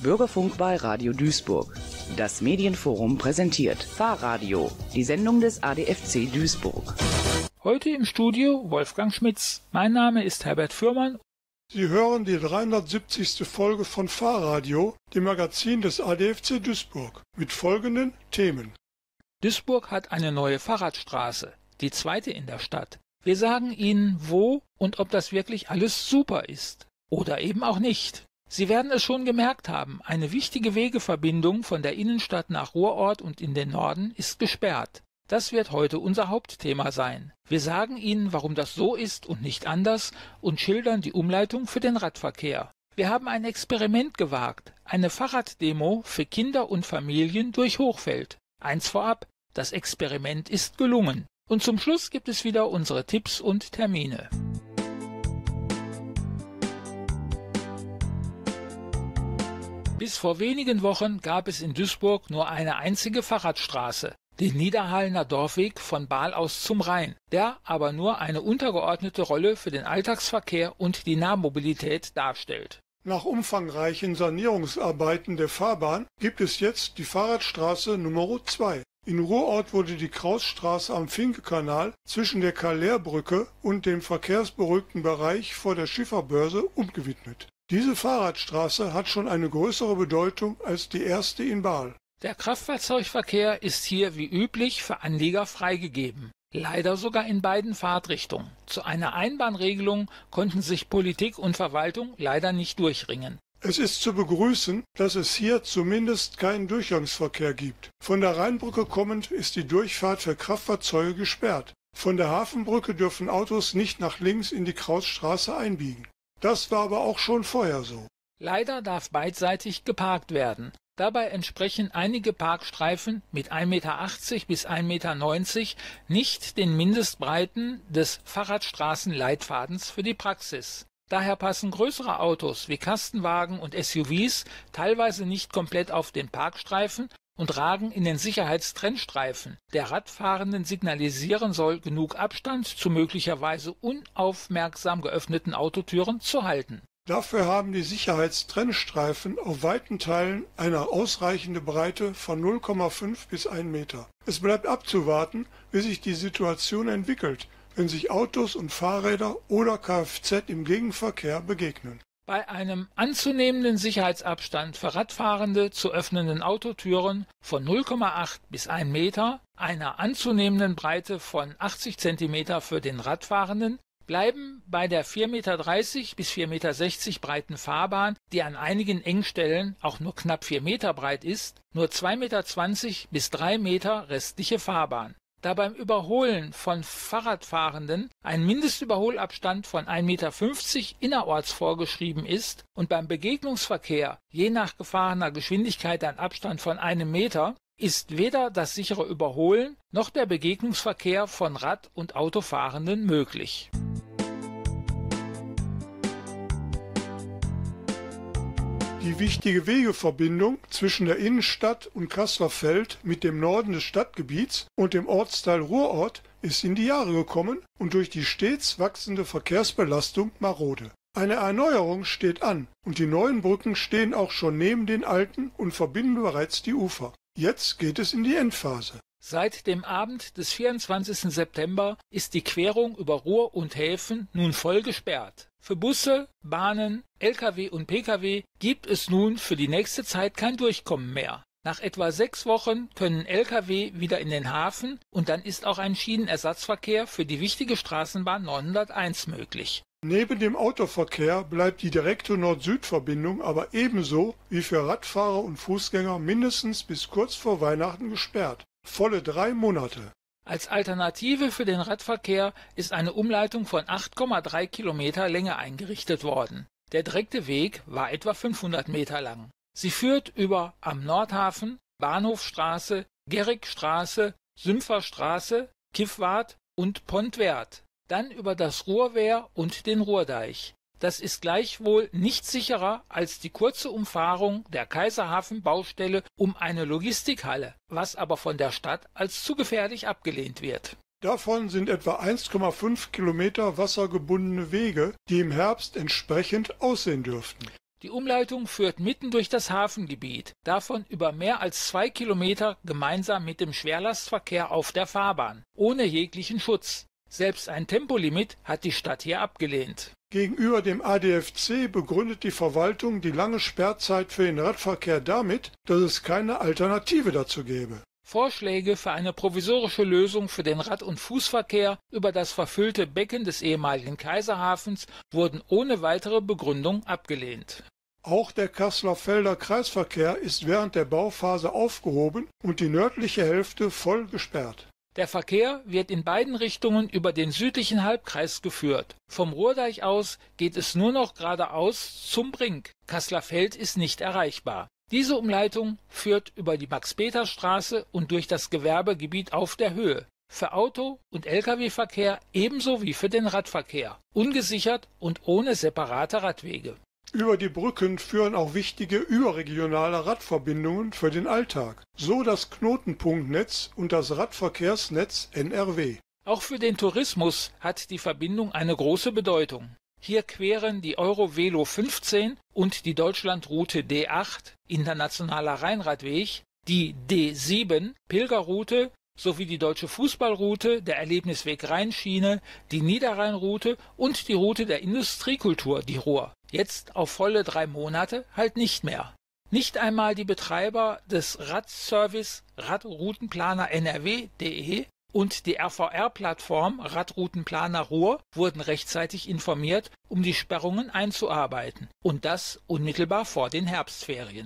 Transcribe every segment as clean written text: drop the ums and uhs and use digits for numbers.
Bürgerfunk bei Radio Duisburg. Das Medienforum präsentiert Fahrradio, die Sendung des ADFC Duisburg. Heute im Studio Wolfgang Schmitz. Mein Name ist Herbert Fürmann. Sie hören die 370. Folge von Fahrradio, dem Magazin des ADFC Duisburg, mit folgenden Themen. Duisburg hat eine neue Fahrradstraße, die zweite in der Stadt. Wir sagen Ihnen, wo und ob das wirklich alles super ist. Oder eben auch nicht. Sie werden es schon gemerkt haben, eine wichtige Wegeverbindung von der Innenstadt nach Ruhrort und in den Norden ist gesperrt. Das wird heute unser Hauptthema sein. Wir sagen Ihnen, warum das so ist und nicht anders und schildern die Umleitung für den Radverkehr. Wir haben ein Experiment gewagt, eine Fahrraddemo für Kinder und Familien durch Hochfeld. Eins vorab, das Experiment ist gelungen. Und zum Schluss gibt es wieder unsere Tipps und Termine. Bis vor wenigen Wochen gab es in Duisburg nur eine einzige Fahrradstraße, den Niederhallener Dorfweg von Bahl aus zum Rhein, der aber nur eine untergeordnete Rolle für den Alltagsverkehr und die Nahmobilität darstellt. Nach umfangreichen Sanierungsarbeiten der Fahrbahn gibt es jetzt die Fahrradstraße Nummer 2. In Ruhrort wurde die Krausstraße am Finke-Kanal zwischen der Kallerbrücke und dem verkehrsberuhigten Bereich vor der Schifferbörse umgewidmet. Diese Fahrradstraße hat schon eine größere Bedeutung als die erste in Bahl. Der Kraftfahrzeugverkehr ist hier wie üblich für Anlieger freigegeben. Leider sogar in beiden Fahrtrichtungen. Zu einer Einbahnregelung konnten sich Politik und Verwaltung leider nicht durchringen. Es ist zu begrüßen, dass es hier zumindest keinen Durchgangsverkehr gibt. Von der Rheinbrücke kommend ist die Durchfahrt für Kraftfahrzeuge gesperrt. Von der Hafenbrücke dürfen Autos nicht nach links in die Krausstraße einbiegen. Das war aber auch schon vorher so. Leider darf beidseitig geparkt werden. Dabei entsprechen einige Parkstreifen mit 1,80 Meter bis 1,90 Meter nicht den Mindestbreiten des Fahrradstraßenleitfadens für die Praxis. Daher passen größere Autos wie Kastenwagen und SUVs teilweise nicht komplett auf den Parkstreifen und ragen in den Sicherheitstrennstreifen, der Radfahrenden signalisieren soll, genug Abstand zu möglicherweise unaufmerksam geöffneten Autotüren zu halten. Dafür haben die Sicherheitstrennstreifen auf weiten Teilen eine ausreichende Breite von 0,5 bis 1 Meter. Es bleibt abzuwarten, wie sich die Situation entwickelt, wenn sich Autos und Fahrräder oder Kfz im Gegenverkehr begegnen. Bei einem anzunehmenden Sicherheitsabstand für Radfahrende zu öffnenden Autotüren von 0,8 bis 1 Meter, einer anzunehmenden Breite von 80 cm für den Radfahrenden, bleiben bei der 4,30 Meter bis 4,60 Meter breiten Fahrbahn, die an einigen Engstellen auch nur knapp 4 Meter breit ist, nur 2,20 Meter bis 3 Meter restliche Fahrbahn. Da beim Überholen von Fahrradfahrenden ein Mindestüberholabstand von 1,50 Meter innerorts vorgeschrieben ist und beim Begegnungsverkehr je nach gefahrener Geschwindigkeit ein Abstand von 1 Meter, ist weder das sichere Überholen noch der Begegnungsverkehr von Rad- und Autofahrenden möglich. Die wichtige Wegeverbindung zwischen der Innenstadt und Kasselerfeld mit dem Norden des Stadtgebiets und dem Ortsteil Ruhrort ist in die Jahre gekommen und durch die stets wachsende Verkehrsbelastung marode. Eine Erneuerung steht an und die neuen Brücken stehen auch schon neben den alten und verbinden bereits die Ufer. Jetzt geht es in die Endphase. Seit dem Abend des 24. September ist die Querung über Ruhr und Häfen nun voll gesperrt. Für Busse, Bahnen, Lkw und Pkw gibt es nun für die nächste Zeit kein Durchkommen mehr. Nach etwa 6 Wochen können Lkw wieder in den Hafen und dann ist auch ein Schienenersatzverkehr für die wichtige Straßenbahn 901 möglich. Neben dem Autoverkehr bleibt die direkte Nord-Süd-Verbindung aber ebenso wie für Radfahrer und Fußgänger mindestens bis kurz vor Weihnachten gesperrt. Volle 3 Monate. Als Alternative für den Radverkehr ist eine Umleitung von 8,3 Kilometer Länge eingerichtet worden. Der direkte Weg war etwa 500 Meter lang. Sie führt über Am Nordhafen, Bahnhofstraße, Gerrickstraße, Sümpferstraße, Kiffwart und Pontwert. Dann über das Ruhrwehr und den Ruhrdeich. Das ist gleichwohl nicht sicherer als die kurze Umfahrung der Kaiserhafen-Baustelle um eine Logistikhalle, was aber von der Stadt als zu gefährlich abgelehnt wird. Davon sind etwa 1,5 Kilometer wassergebundene Wege, die im Herbst entsprechend aussehen dürften. Die Umleitung führt mitten durch das Hafengebiet, davon über mehr als 2 Kilometer gemeinsam mit dem Schwerlastverkehr auf der Fahrbahn, ohne jeglichen Schutz. Selbst ein Tempolimit hat die Stadt hier abgelehnt. Gegenüber dem ADFC begründet die Verwaltung die lange Sperrzeit für den Radverkehr damit, dass es keine Alternative dazu gäbe. Vorschläge für eine provisorische Lösung für den Rad- und Fußverkehr über das verfüllte Becken des ehemaligen Kaiserhafens wurden ohne weitere Begründung abgelehnt. Auch der Kasseler-Felder Kreisverkehr ist während der Bauphase aufgehoben und die nördliche Hälfte voll gesperrt. Der Verkehr wird in beiden Richtungen über den südlichen Halbkreis geführt. Vom Ruhrdeich aus geht es nur noch geradeaus zum Brink. Kasseler-Feld ist nicht erreichbar. Diese Umleitung führt über die Max-Peters-Straße und durch das Gewerbegebiet auf der Höhe. Für Auto- und Lkw-Verkehr ebenso wie für den Radverkehr. Ungesichert und ohne separate Radwege. Über die Brücken führen auch wichtige überregionale Radverbindungen für den Alltag, so das Knotenpunktnetz und das Radverkehrsnetz NRW. Auch für den Tourismus hat die Verbindung eine große Bedeutung. Hier queren die Eurovelo 15 und die Deutschlandroute D8, Internationaler Rheinradweg, die D7, Pilgerroute, sowie die Deutsche Fußballroute, der Erlebnisweg Rheinschiene, die Niederrheinroute und die Route der Industriekultur, die Ruhr. Jetzt auf volle 3 Monate halt nicht mehr. Nicht einmal die Betreiber des Radservice Radroutenplaner NRW.de und die RVR-Plattform Radroutenplaner Ruhr wurden rechtzeitig informiert, um die Sperrungen einzuarbeiten. Und das unmittelbar vor den Herbstferien.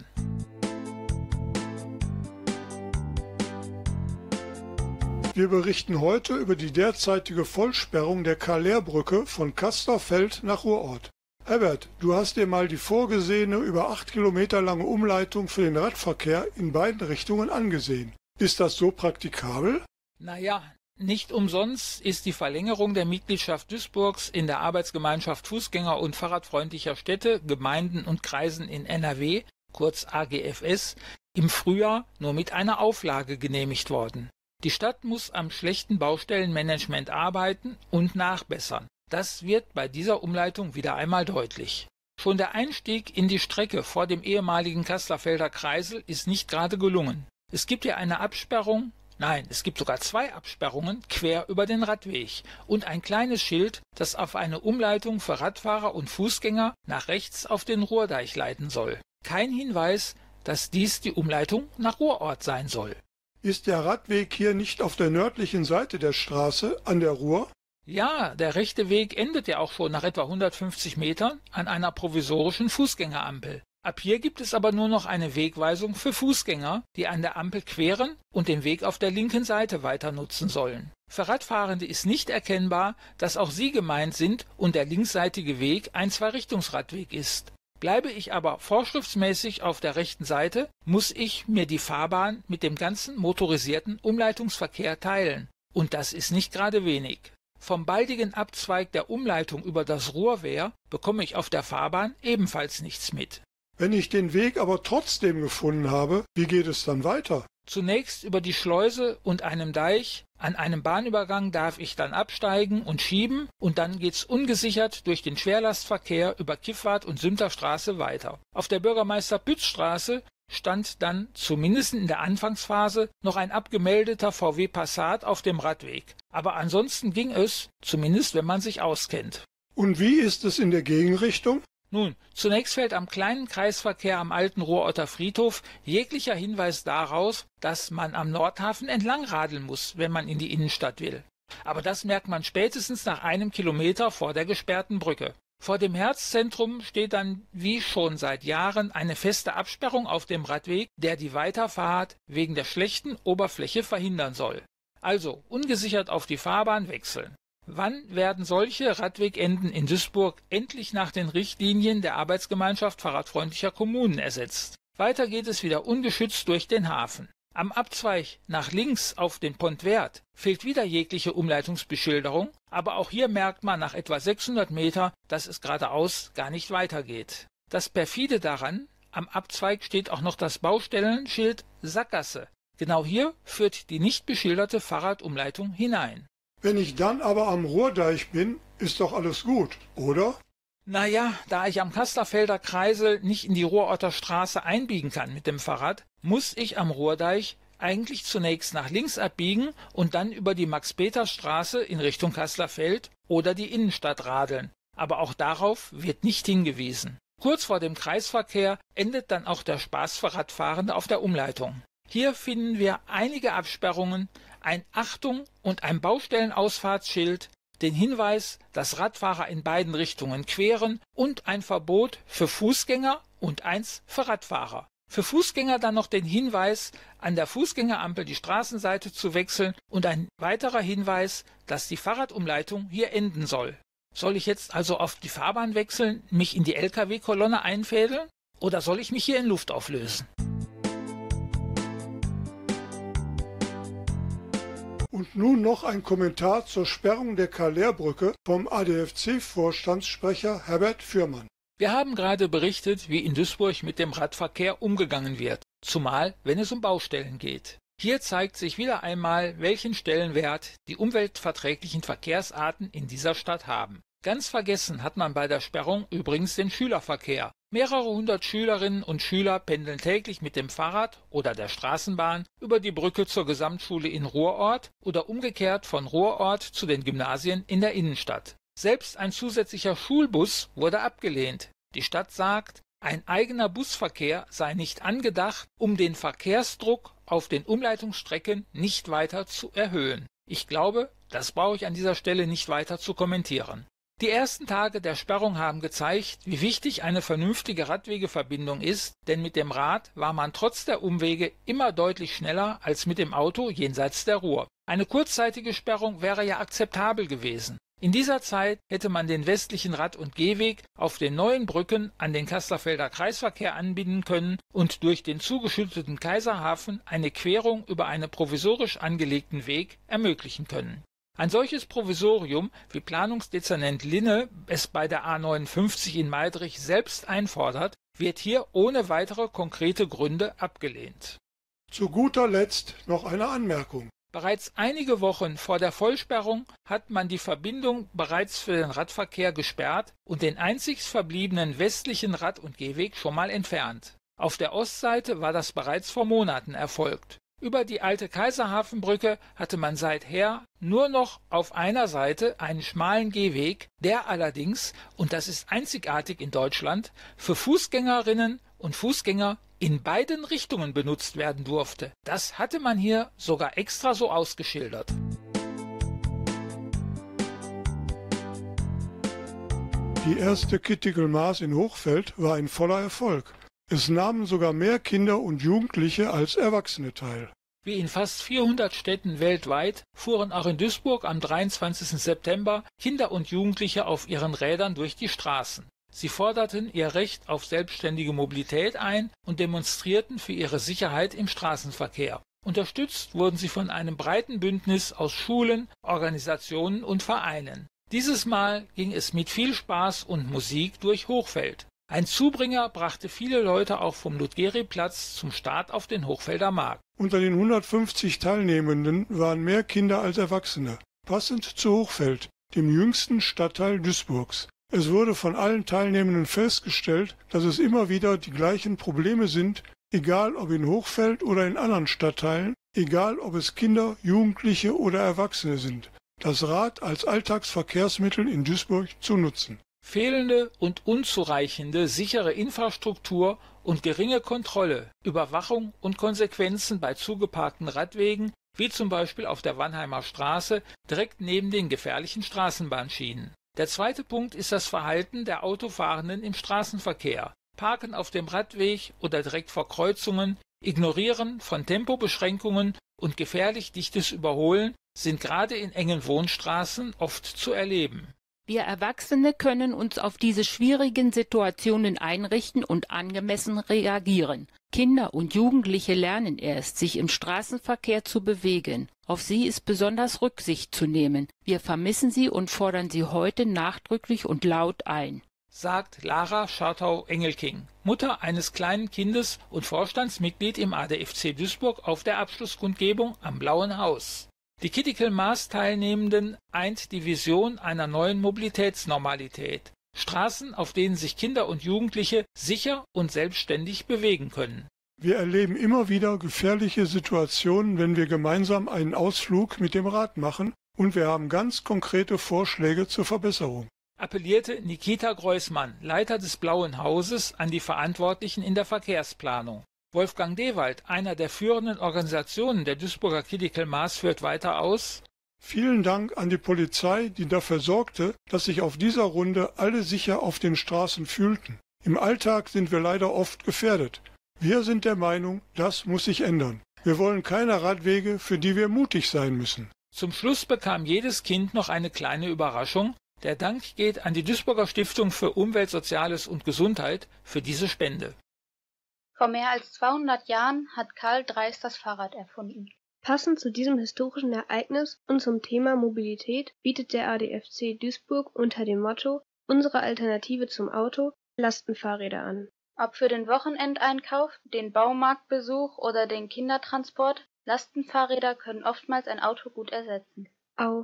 Wir berichten heute über die derzeitige Vollsperrung der Karl-Lehr-Brücke von Kasseler-Feld nach Ruhrort. Herbert, du hast dir mal die vorgesehene, über 8 Kilometer lange Umleitung für den Radverkehr in beiden Richtungen angesehen. Ist das so praktikabel? Naja, nicht umsonst ist die Verlängerung der Mitgliedschaft Duisburgs in der Arbeitsgemeinschaft Fußgänger- und Fahrradfreundlicher Städte, Gemeinden und Kreisen in NRW, kurz AGFS, im Frühjahr nur mit einer Auflage genehmigt worden. Die Stadt muss am schlechten Baustellenmanagement arbeiten und nachbessern. Das wird bei dieser Umleitung wieder einmal deutlich. Schon der Einstieg in die Strecke vor dem ehemaligen Kasseler-Felder Kreisel ist nicht gerade gelungen. Es gibt hier eine Absperrung, nein, es gibt sogar 2 Absperrungen quer über den Radweg und ein kleines Schild, das auf eine Umleitung für Radfahrer und Fußgänger nach rechts auf den Ruhrdeich leiten soll. Kein Hinweis, dass dies die Umleitung nach Ruhrort sein soll. Ist der Radweg hier nicht auf der nördlichen Seite der Straße an der Ruhr? Ja, der rechte Weg endet ja auch schon nach etwa 150 Metern an einer provisorischen Fußgängerampel. Ab hier gibt es aber nur noch eine Wegweisung für Fußgänger, die an der Ampel queren und den Weg auf der linken Seite weiter nutzen sollen. Für Radfahrende ist nicht erkennbar, dass auch sie gemeint sind und der linksseitige Weg ein Zweirichtungsradweg ist. Bleibe ich aber vorschriftsmäßig auf der rechten Seite, muss ich mir die Fahrbahn mit dem ganzen motorisierten Umleitungsverkehr teilen. Und das ist nicht gerade wenig. Vom baldigen Abzweig der Umleitung über das Ruhrwehr bekomme ich auf der Fahrbahn ebenfalls nichts mit. Wenn ich den Weg aber trotzdem gefunden habe, wie geht es dann weiter? Zunächst über die Schleuse und einem Deich. An einem Bahnübergang darf ich dann absteigen und schieben und dann geht's ungesichert durch den Schwerlastverkehr über Kiffwart und Sümterstraße weiter. Auf der Bürgermeister-Pütz-Straße stand dann zumindest in der Anfangsphase noch ein abgemeldeter VW Passat auf dem Radweg. Aber ansonsten ging es, zumindest wenn man sich auskennt. Und wie ist es in der Gegenrichtung? Nun, zunächst fällt am kleinen Kreisverkehr am alten Ruhrorter Friedhof jeglicher Hinweis daraus, dass man am Nordhafen entlang radeln muss, wenn man in die Innenstadt will. Aber das merkt man spätestens nach 1 Kilometer vor der gesperrten Brücke. Vor dem Herzzentrum steht dann wie schon seit Jahren eine feste Absperrung auf dem Radweg, der die Weiterfahrt wegen der schlechten Oberfläche verhindern soll. Also ungesichert auf die Fahrbahn wechseln. Wann werden solche Radwegenden in Duisburg endlich nach den Richtlinien der Arbeitsgemeinschaft fahrradfreundlicher Kommunen ersetzt? Weiter geht es wieder ungeschützt durch den Hafen. Am Abzweig nach links auf den Pont Wert fehlt wieder jegliche Umleitungsbeschilderung, aber auch hier merkt man nach etwa 600 Meter, dass es geradeaus gar nicht weitergeht. Das perfide daran, am Abzweig steht auch noch das Baustellenschild Sackgasse. Genau hier führt die nicht beschilderte Fahrradumleitung hinein. Wenn ich dann aber am Ruhrdeich bin, ist doch alles gut, oder? Naja, da ich am Kasterfelder Kreisel nicht in die Ruhrorter Straße einbiegen kann mit dem Fahrrad, muss ich am Ruhrdeich eigentlich zunächst nach links abbiegen und dann über die Max-Peters-Straße in Richtung Kasterfeld oder die Innenstadt radeln. Aber auch darauf wird nicht hingewiesen. Kurz vor dem Kreisverkehr endet dann auch der Spaß für Radfahrende auf der Umleitung. Hier finden wir einige Absperrungen, ein Achtung und ein Baustellenausfahrtsschild, den Hinweis, dass Radfahrer in beiden Richtungen queren und ein Verbot für Fußgänger und eins für Radfahrer. Für Fußgänger dann noch den Hinweis, an der Fußgängerampel die Straßenseite zu wechseln und ein weiterer Hinweis, dass die Fahrradumleitung hier enden soll. Soll ich jetzt also auf die Fahrbahn wechseln, mich in die Lkw-Kolonne einfädeln oder soll ich mich hier in Luft auflösen? Und nun noch ein Kommentar zur Sperrung der Karl-Lehr-Brücke vom ADFC-Vorstandssprecher Herbert Fürmann. Wir haben gerade berichtet, wie in Duisburg mit dem Radverkehr umgegangen wird, zumal wenn es um Baustellen geht. Hier zeigt sich wieder einmal, welchen Stellenwert die umweltverträglichen Verkehrsarten in dieser Stadt haben. Ganz vergessen hat man bei der Sperrung übrigens den Schülerverkehr. Mehrere hundert Schülerinnen und Schüler pendeln täglich mit dem Fahrrad oder der Straßenbahn über die Brücke zur Gesamtschule in Ruhrort oder umgekehrt von Ruhrort zu den Gymnasien in der Innenstadt. Selbst ein zusätzlicher Schulbus wurde abgelehnt. Die Stadt sagt, ein eigener Busverkehr sei nicht angedacht, um den Verkehrsdruck auf den Umleitungsstrecken nicht weiter zu erhöhen. Ich glaube, das brauche ich an dieser Stelle nicht weiter zu kommentieren. Die ersten Tage der Sperrung haben gezeigt, wie wichtig eine vernünftige Radwegeverbindung ist, denn mit dem Rad war man trotz der Umwege immer deutlich schneller als mit dem Auto jenseits der Ruhr. Eine kurzzeitige Sperrung wäre ja akzeptabel gewesen. In dieser Zeit hätte man den westlichen Rad- und Gehweg auf den neuen Brücken an den Kasterfelder Kreisverkehr anbinden können und durch den zugeschütteten Kaiserhafen eine Querung über einen provisorisch angelegten Weg ermöglichen können. Ein solches Provisorium, wie Planungsdezernent Linne es bei der A59 in Meidrich selbst einfordert, wird hier ohne weitere konkrete Gründe abgelehnt. Zu guter Letzt noch eine Anmerkung. Bereits einige Wochen vor der Vollsperrung hat man die Verbindung bereits für den Radverkehr gesperrt und den einzig verbliebenen westlichen Rad- und Gehweg schon mal entfernt. Auf der Ostseite war das bereits vor Monaten erfolgt. Über die alte Kaiserhafenbrücke hatte man seither nur noch auf einer Seite einen schmalen Gehweg, der allerdings, und das ist einzigartig in Deutschland, für Fußgängerinnen und Fußgänger in beiden Richtungen benutzt werden durfte. Das hatte man hier sogar extra so ausgeschildert. Die erste Critical Mass in Hochfeld war ein voller Erfolg. Es nahmen sogar mehr Kinder und Jugendliche als Erwachsene teil. Wie in fast 400 Städten weltweit fuhren auch in Duisburg am 23. September Kinder und Jugendliche auf ihren Rädern durch die Straßen. Sie forderten ihr Recht auf selbstständige Mobilität ein und demonstrierten für ihre Sicherheit im Straßenverkehr. Unterstützt wurden sie von einem breiten Bündnis aus Schulen, Organisationen und Vereinen. Dieses Mal ging es mit viel Spaß und Musik durch Hochfeld. Ein Zubringer brachte viele Leute auch vom Ludgeri-Platz zum Start auf den Hochfelder Markt. Unter den 150 Teilnehmenden waren mehr Kinder als Erwachsene, passend zu Hochfeld, dem jüngsten Stadtteil Duisburgs. Es wurde von allen Teilnehmenden festgestellt, dass es immer wieder die gleichen Probleme sind, egal ob in Hochfeld oder in anderen Stadtteilen, egal ob es Kinder, Jugendliche oder Erwachsene sind, das Rad als Alltagsverkehrsmittel in Duisburg zu nutzen. Fehlende und unzureichende sichere Infrastruktur und geringe Kontrolle, Überwachung und Konsequenzen bei zugeparkten Radwegen, wie zum Beispiel auf der Wannheimer Straße, direkt neben den gefährlichen Straßenbahnschienen. Der zweite Punkt ist das Verhalten der Autofahrenden im Straßenverkehr. Parken auf dem Radweg oder direkt vor Kreuzungen, Ignorieren von Tempobeschränkungen und gefährlich dichtes Überholen sind gerade in engen Wohnstraßen oft zu erleben. Wir Erwachsene können uns auf diese schwierigen Situationen einrichten und angemessen reagieren. Kinder und Jugendliche lernen erst, sich im Straßenverkehr zu bewegen. Auf sie ist besonders Rücksicht zu nehmen. Wir vermissen sie und fordern sie heute nachdrücklich und laut ein, sagt Lara Schartau-Engelking, Mutter eines kleinen Kindes und Vorstandsmitglied im ADFC Duisburg auf der Abschlusskundgebung am Blauen Haus. Die Critical Mass Teilnehmenden eint die Vision einer neuen Mobilitätsnormalität. Straßen, auf denen sich Kinder und Jugendliche sicher und selbstständig bewegen können. Wir erleben immer wieder gefährliche Situationen, wenn wir gemeinsam einen Ausflug mit dem Rad machen, und wir haben ganz konkrete Vorschläge zur Verbesserung. Appellierte Nikita Greusmann, Leiter des Blauen Hauses, an die Verantwortlichen in der Verkehrsplanung. Wolfgang Dewald, einer der führenden Organisationen der Duisburger Critical Mass, führt weiter aus: Vielen Dank an die Polizei, die dafür sorgte, dass sich auf dieser Runde alle sicher auf den Straßen fühlten. Im Alltag sind wir leider oft gefährdet. Wir sind der Meinung, das muss sich ändern. Wir wollen keine Radwege, für die wir mutig sein müssen. Zum Schluss bekam jedes Kind noch eine kleine Überraschung. Der Dank geht an die Duisburger Stiftung für Umwelt, Soziales und Gesundheit für diese Spende. Vor mehr als 200 Jahren hat Karl Dreis das Fahrrad erfunden. Passend zu diesem historischen Ereignis und zum Thema Mobilität bietet der ADFC Duisburg unter dem Motto »Unsere Alternative zum Auto« Lastenfahrräder an. Ob für den Wochenendeinkauf, den Baumarktbesuch oder den Kindertransport, Lastenfahrräder können oftmals ein Auto gut ersetzen. Auf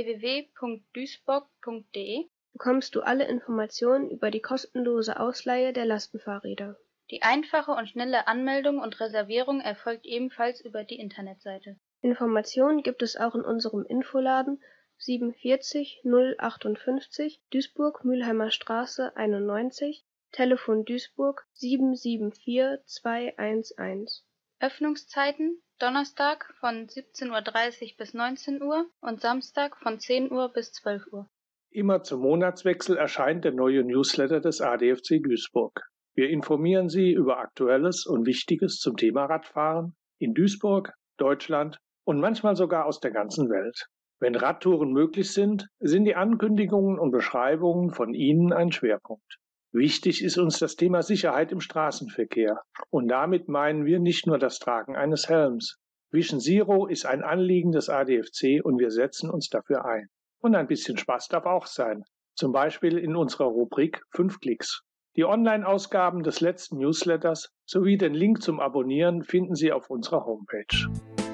www.duisburg.de bekommst du alle Informationen über die kostenlose Ausleihe der Lastenfahrräder. Die einfache und schnelle Anmeldung und Reservierung erfolgt ebenfalls über die Internetseite. Informationen gibt es auch in unserem Infoladen 47 058 Duisburg Mülheimer Straße 91, Telefon Duisburg 774 211. Öffnungszeiten: Donnerstag von 17:30 Uhr bis 19 Uhr und Samstag von 10 Uhr bis 12 Uhr. Immer zum Monatswechsel erscheint der neue Newsletter des ADFC Duisburg. Wir informieren Sie über Aktuelles und Wichtiges zum Thema Radfahren in Duisburg, Deutschland und manchmal sogar aus der ganzen Welt. Wenn Radtouren möglich sind, sind die Ankündigungen und Beschreibungen von Ihnen ein Schwerpunkt. Wichtig ist uns das Thema Sicherheit im Straßenverkehr. Und damit meinen wir nicht nur das Tragen eines Helms. Vision Zero ist ein Anliegen des ADFC und wir setzen uns dafür ein. Und ein bisschen Spaß darf auch sein. Zum Beispiel in unserer Rubrik 5 Klicks. Die Online-Ausgaben des letzten Newsletters sowie den Link zum Abonnieren finden Sie auf unserer Homepage.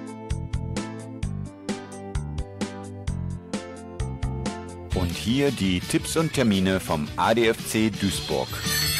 Und hier die Tipps und Termine vom ADFC Duisburg.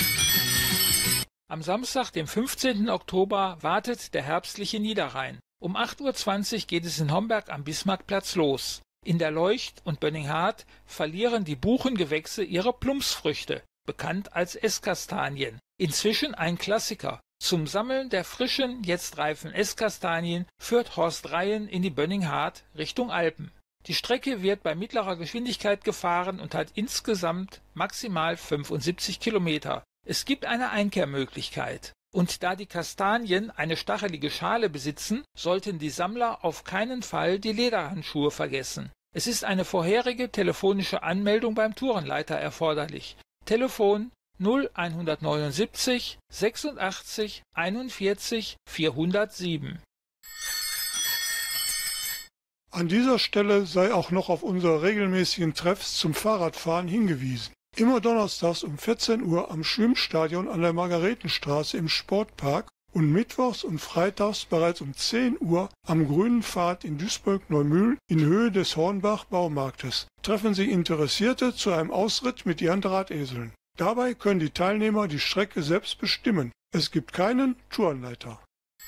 Am Samstag, dem 15. Oktober, wartet der herbstliche Niederrhein. Um 8:20 Uhr geht es in Homberg am Bismarckplatz los. In der Leucht- und Bönninghardt verlieren die Buchengewächse ihre Plumpsfrüchte, bekannt als Esskastanien. Inzwischen ein Klassiker. Zum Sammeln der frischen, jetzt reifen Esskastanien führt Horst Reyen in die Bönninghardt Richtung Alpen. Die Strecke wird bei mittlerer Geschwindigkeit gefahren und hat insgesamt maximal 75 Kilometer. Es gibt eine Einkehrmöglichkeit. Und da die Kastanien eine stachelige Schale besitzen, sollten die Sammler auf keinen Fall die Lederhandschuhe vergessen. Es ist eine vorherige telefonische Anmeldung beim Tourenleiter erforderlich. Telefon 0179 86 41 407. An dieser Stelle sei auch noch auf unsere regelmäßigen Treffs zum Fahrradfahren hingewiesen. Immer donnerstags um 14 Uhr am Schwimmstadion an der Margaretenstraße im Sportpark und mittwochs und freitags bereits um 10 Uhr am Grünen Pfad in Duisburg-Neumühl in Höhe des Hornbach-Baumarktes. Treffen Sie Interessierte zu einem Ausritt mit ihren Drahteseln. Dabei können die Teilnehmer die Strecke selbst bestimmen. Es gibt keinen Tourenleiter.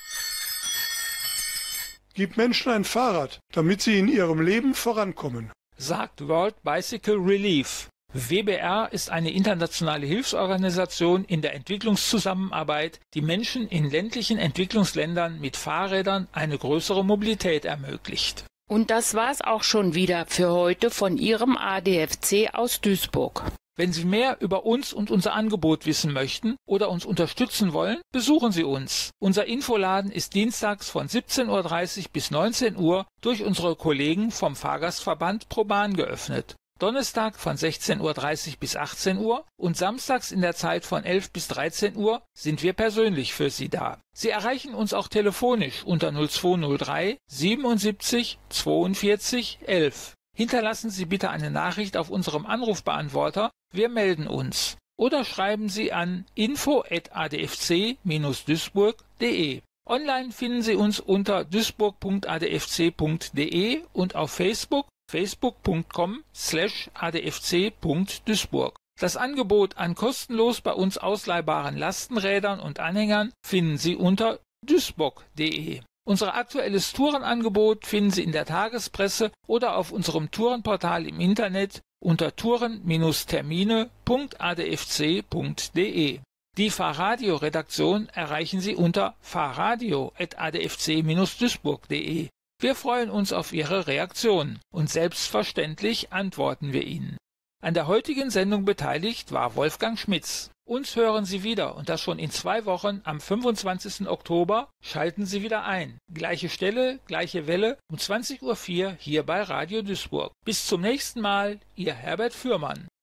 Gib Menschen ein Fahrrad, damit sie in ihrem Leben vorankommen, sagt World Bicycle Relief. WBR ist eine internationale Hilfsorganisation in der Entwicklungszusammenarbeit, die Menschen in ländlichen Entwicklungsländern mit Fahrrädern eine größere Mobilität ermöglicht. Und das war's auch schon wieder für heute von Ihrem ADFC aus Duisburg. Wenn Sie mehr über uns und unser Angebot wissen möchten oder uns unterstützen wollen, besuchen Sie uns. Unser Infoladen ist dienstags von 17:30 Uhr bis 19 Uhr durch unsere Kollegen vom Fahrgastverband ProBahn geöffnet. Donnerstag von 16:30 Uhr bis 18 Uhr und samstags in der Zeit von 11 bis 13 Uhr sind wir persönlich für Sie da. Sie erreichen uns auch telefonisch unter 0203 77 42 11. Hinterlassen Sie bitte eine Nachricht auf unserem Anrufbeantworter, wir melden uns. Oder schreiben Sie an info@adfc-duisburg.de. Online finden Sie uns unter duisburg.adfc.de und auf Facebook facebook.com/adfc.duisburg. Das Angebot an kostenlos bei uns ausleihbaren Lastenrädern und Anhängern finden Sie unter duisburg.de. Unser aktuelles Tourenangebot finden Sie in der Tagespresse oder auf unserem Tourenportal im Internet unter touren-termine.adfc.de. Die Fahrradio-Redaktion erreichen Sie unter fahrradio@adfc-duisburg.de. Wir freuen uns auf Ihre Reaktionen und selbstverständlich antworten wir Ihnen. An der heutigen Sendung beteiligt war Wolfgang Schmitz. Uns hören Sie wieder und das schon in 2 Wochen am 25. Oktober. Schalten Sie wieder ein. Gleiche Stelle, gleiche Welle um 20:04 Uhr hier bei Radio Duisburg. Bis zum nächsten Mal, Ihr Herbert Fürmann.